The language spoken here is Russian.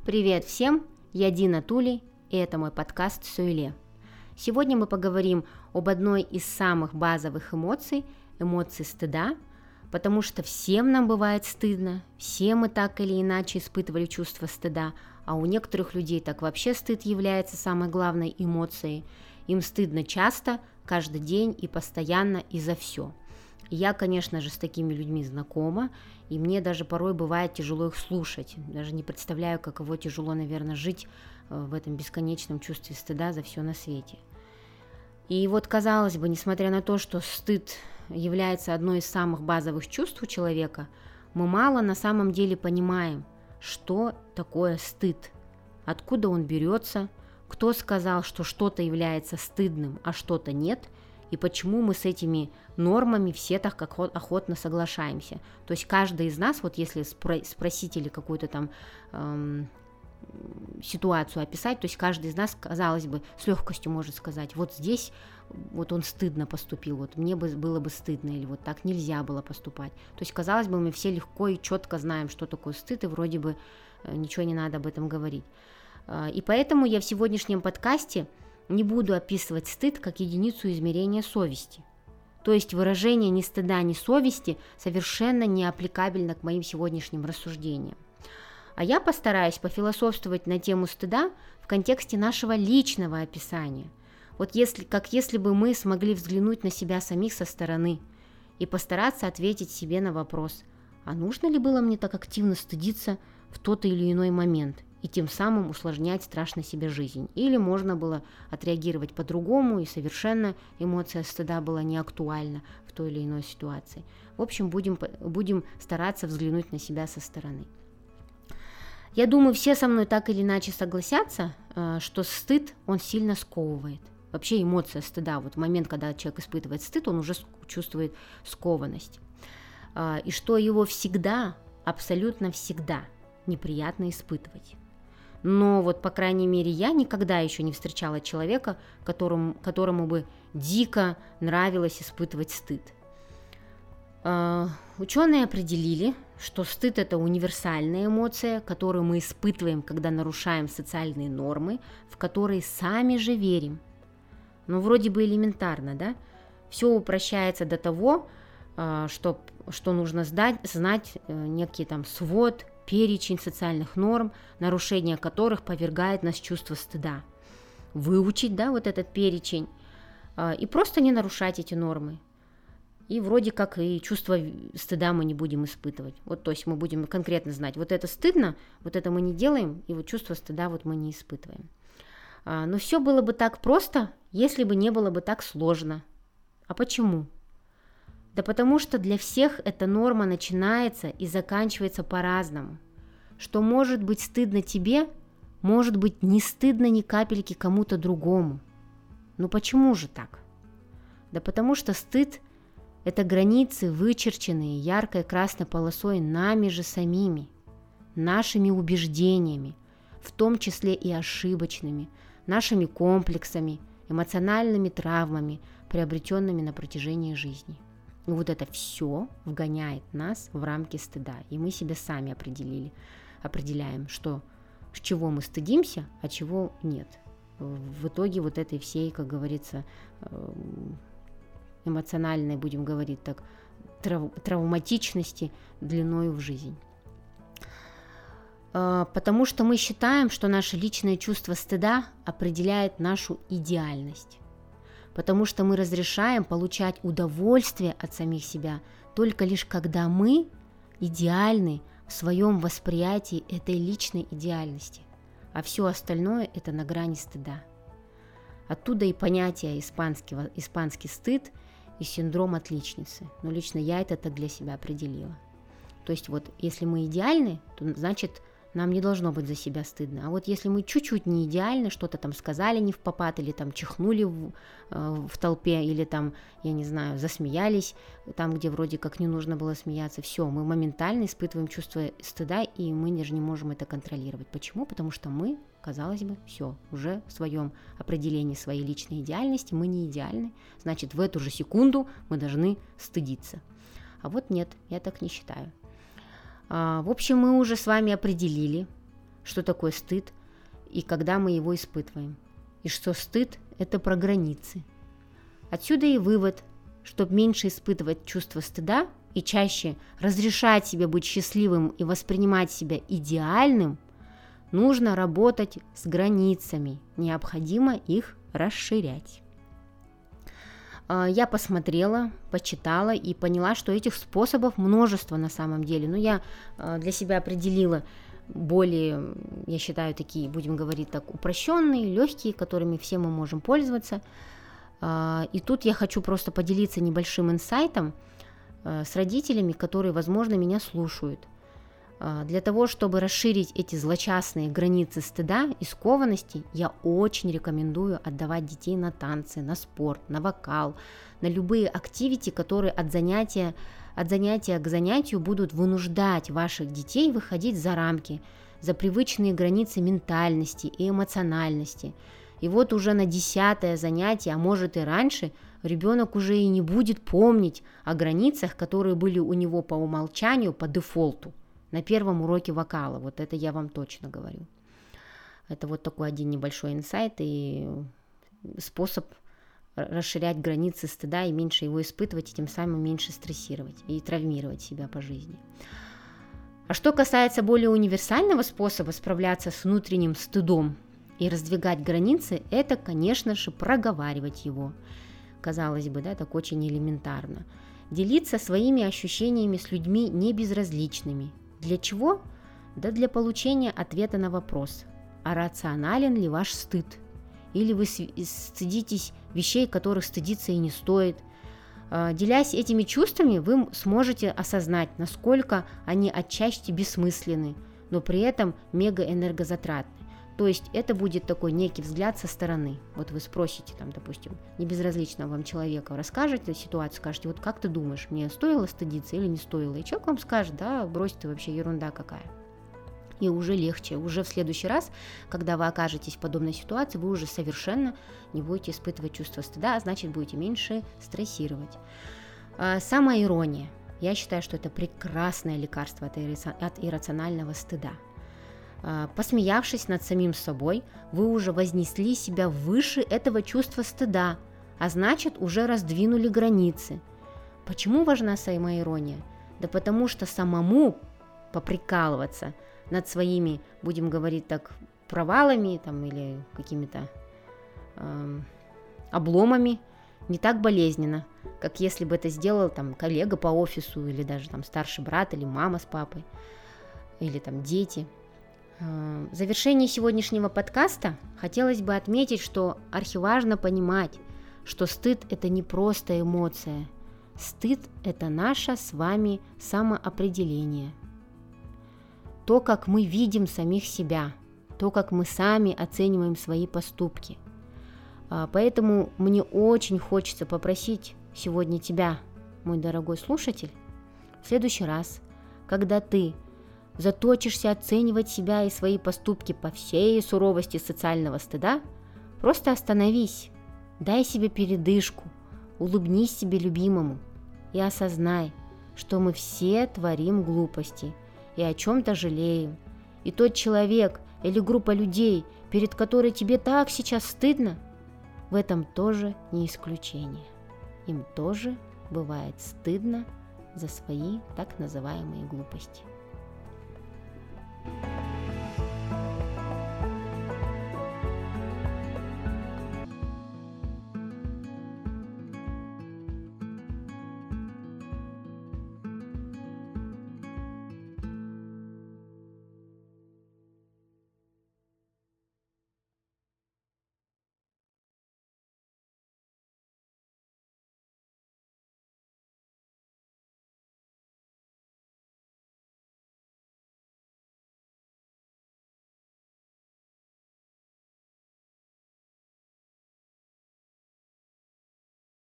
Привет всем, я Дина Тули, и это мой подкаст «Суэле». Сегодня мы поговорим об одной из самых базовых эмоций стыда, потому что всем нам бывает стыдно, все мы так или иначе испытывали чувство стыда, а у некоторых людей так вообще стыд является самой главной эмоцией. Им стыдно часто, каждый день и постоянно и за все. Я, конечно же, с такими людьми знакома, и мне даже порой бывает тяжело их слушать. Даже не представляю, каково тяжело, наверное, жить в этом бесконечном чувстве стыда за все на свете. И вот, казалось бы, несмотря на то, что стыд является одной из самых базовых чувств у человека, мы мало на самом деле понимаем, что такое стыд, откуда он берется, кто сказал, что что-то является стыдным, а что-то нет, и почему мы с этими нормами все так охотно соглашаемся. То есть каждый из нас, вот если спросить или какую-то там ситуацию описать, то есть каждый из нас, казалось бы, с легкостью может сказать, вот здесь вот он стыдно поступил, вот мне было бы стыдно, или вот так нельзя было поступать. То есть, казалось бы, мы все легко и четко знаем, что такое стыд, и вроде бы ничего не надо об этом говорить. И поэтому я в сегодняшнем подкасте не буду описывать стыд как единицу измерения совести. То есть выражение ни стыда, ни совести совершенно не аппликабельно к моим сегодняшним рассуждениям. А я постараюсь пофилософствовать на тему стыда в контексте нашего личного описания. Вот если бы мы смогли взглянуть на себя самих со стороны и постараться ответить себе на вопрос, а нужно ли было мне так активно стыдиться в тот или иной момент и тем самым усложнять страшно себе жизнь. Или можно было отреагировать по-другому, и совершенно эмоция стыда была не актуальна в той или иной ситуации. В общем, будем стараться взглянуть на себя со стороны. Я думаю, все со мной так или иначе согласятся, что стыд, он сильно сковывает. Вообще эмоция стыда, вот в момент, когда человек испытывает стыд, он уже чувствует скованность. И что его всегда, абсолютно всегда неприятно испытывать. Но вот, по крайней мере, я никогда еще не встречала человека, которому бы дико нравилось испытывать стыд. Ученые определили, что стыд – это универсальная эмоция, которую мы испытываем, когда нарушаем социальные нормы, в которые сами же верим. Ну, вроде бы элементарно, да? Все упрощается до того, что нужно знать некий там свод, перечень социальных норм, нарушение которых повергает нас в чувство стыда. Выучить, да, вот этот перечень и просто не нарушать эти нормы. И вроде как и чувство стыда мы не будем испытывать. Вот, то есть мы будем конкретно знать, вот это стыдно, вот это мы не делаем, и вот чувство стыда вот мы не испытываем. Но все было бы так просто, если бы не было бы так сложно. А почему? Да потому что для всех эта норма начинается и заканчивается по-разному. Что может быть стыдно тебе, может быть не стыдно ни капельки кому-то другому. Ну почему же так? Да потому что стыд – это границы, вычерченные яркой красной полосой нами же самими, нашими убеждениями, в том числе и ошибочными, нашими комплексами, эмоциональными травмами, приобретенными на протяжении жизни. И вот это все вгоняет нас в рамки стыда. И мы себе сами определяем, с чего мы стыдимся, а чего нет. В итоге вот этой всей, как говорится, эмоциональной, будем говорить так, травматичности длиною в жизнь. Потому что мы считаем, что наше личное чувство стыда определяет нашу идеальность. Потому что мы разрешаем получать удовольствие от самих себя только лишь когда мы идеальны в своем восприятии этой личной идеальности, а все остальное – это на грани стыда. Оттуда и понятие испанский стыд и синдром отличницы. Но лично я это так для себя определила. То есть вот если мы идеальны, то значит нам не должно быть за себя стыдно. А вот если мы чуть-чуть не идеальны, что-то там сказали не впопад, или там чихнули в толпе, или там, я не знаю, засмеялись там, где вроде как не нужно было смеяться, все, мы моментально испытываем чувство стыда, и мы даже не можем это контролировать. Почему? Потому что мы, казалось бы, все, уже в своем определении своей личной идеальности мы не идеальны, значит, в эту же секунду мы должны стыдиться. А вот нет, я так не считаю. В общем, мы уже с вами определили, что такое стыд и когда мы его испытываем. И что стыд – это про границы. Отсюда и вывод, чтобы меньше испытывать чувство стыда и чаще разрешать себе быть счастливым и воспринимать себя идеальным, нужно работать с границами, необходимо их расширять. Я посмотрела, почитала и поняла, что этих способов множество на самом деле. Но я для себя определила более, я считаю, такие, будем говорить так, упрощенные, легкие, которыми все мы можем пользоваться. И тут я хочу просто поделиться небольшим инсайтом с родителями, которые, возможно, меня слушают. Для того, чтобы расширить эти злочастные границы стыда и скованности, я очень рекомендую отдавать детей на танцы, на спорт, на вокал, на любые активити, которые от занятия к занятию будут вынуждать ваших детей выходить за рамки, за привычные границы ментальности и эмоциональности. И вот уже на 10-е занятие, а может и раньше, ребенок уже и не будет помнить о границах, которые были у него по умолчанию, по дефолту. На первом уроке вокала, вот это я вам точно говорю. Это вот такой один небольшой инсайт и способ расширять границы стыда и меньше его испытывать, и тем самым меньше стрессировать и травмировать себя по жизни. А что касается более универсального способа справляться с внутренним стыдом и раздвигать границы, это, конечно же, проговаривать его. Казалось бы, да, так очень элементарно. Делиться своими ощущениями с людьми небезразличными. Для чего? Да для получения ответа на вопрос, а рационален ли ваш стыд? Или вы стыдитесь вещей, которых стыдиться и не стоит? Делясь этими чувствами, вы сможете осознать, насколько они отчасти бессмысленны, но при этом мега энергозатратны. То есть это будет такой некий взгляд со стороны. Вот вы спросите, там, допустим, небезразличного вам человека, расскажете ситуацию, скажете, вот как ты думаешь, мне стоило стыдиться или не стоило? И человек вам скажет, да, брось ты, вообще ерунда какая. И уже легче, уже в следующий раз, когда вы окажетесь в подобной ситуации, вы уже совершенно не будете испытывать чувство стыда, а значит будете меньше стрессировать. Самоирония. Я считаю, что это прекрасное лекарство от иррационального стыда. Посмеявшись над самим собой, вы уже вознесли себя выше этого чувства стыда, а значит уже раздвинули границы. Почему важна самоирония? Да потому что самому поприкалываться над своими, будем говорить так, провалами там, или какими-то обломами не так болезненно, как если бы это сделал там коллега по офису, или даже там старший брат, или мама с папой, или там дети. В завершении сегодняшнего подкаста хотелось бы отметить, что архиважно понимать, что стыд – это не просто эмоция. Стыд – это наше с вами самоопределение. То, как мы видим самих себя, то, как мы сами оцениваем свои поступки. Поэтому мне очень хочется попросить сегодня тебя, мой дорогой слушатель, в следующий раз, когда ты заточишься оценивать себя и свои поступки по всей суровости социального стыда, просто остановись, дай себе передышку, улыбнись себе любимому и осознай, что мы все творим глупости и о чем-то жалеем. И тот человек или группа людей, перед которой тебе так сейчас стыдно, в этом тоже не исключение. Им тоже бывает стыдно за свои так называемые глупости.